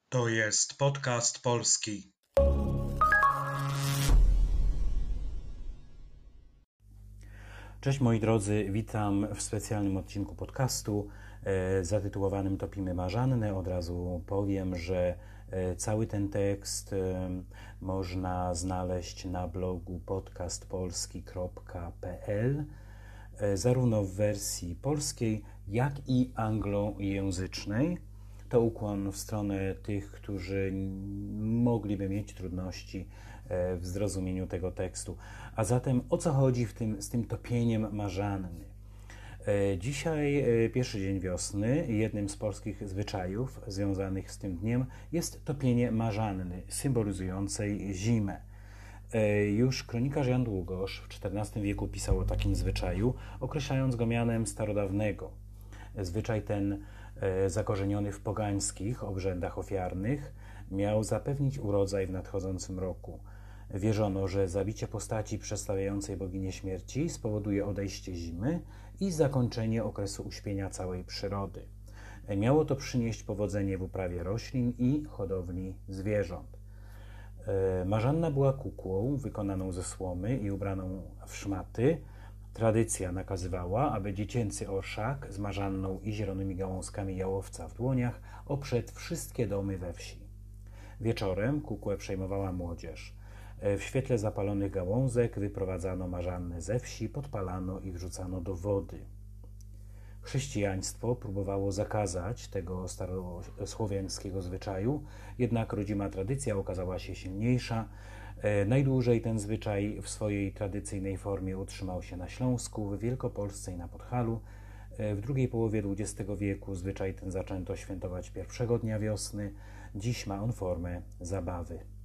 To jest podcast polski. Cześć moi drodzy, witam w specjalnym odcinku podcastu zatytułowanym Topimy Marzannę. Od razu powiem, że cały ten tekst można znaleźć na blogu podcastpolski.pl zarówno w wersji polskiej, jak i anglojęzycznej. To ukłon w stronę tych, którzy mogliby mieć trudności w zrozumieniu tego tekstu. A zatem o co chodzi z tym topieniem marzanny? Dzisiaj, pierwszy dzień wiosny, jednym z polskich zwyczajów związanych z tym dniem jest topienie marzanny, symbolizującej zimę. Już kronikarz Jan Długosz w XIV wieku pisał o takim zwyczaju, określając go mianem starodawnego. Zwyczaj ten, zakorzeniony w pogańskich obrzędach ofiarnych, miał zapewnić urodzaj w nadchodzącym roku. Wierzono, że zabicie postaci przedstawiającej boginię śmierci spowoduje odejście zimy i zakończenie okresu uśpienia całej przyrody. Miało to przynieść powodzenie w uprawie roślin i hodowli zwierząt. Marzanna była kukłą wykonaną ze słomy i ubraną w szmaty. Tradycja nakazywała, aby dziecięcy orszak z marzanną i zielonymi gałązkami jałowca w dłoniach oprzedł wszystkie domy we wsi. Wieczorem kukłę przejmowała młodzież. W świetle zapalonych gałązek wyprowadzano marzannę ze wsi, podpalano i wrzucano do wody. Chrześcijaństwo próbowało zakazać tego starosłowiańskiego zwyczaju, jednak rodzima tradycja okazała się silniejsza. Najdłużej ten zwyczaj w swojej tradycyjnej formie utrzymał się na Śląsku, w Wielkopolsce i na Podhalu. W drugiej połowie XX wieku zwyczaj ten zaczęto świętować pierwszego dnia wiosny. Dziś ma on formę zabawy.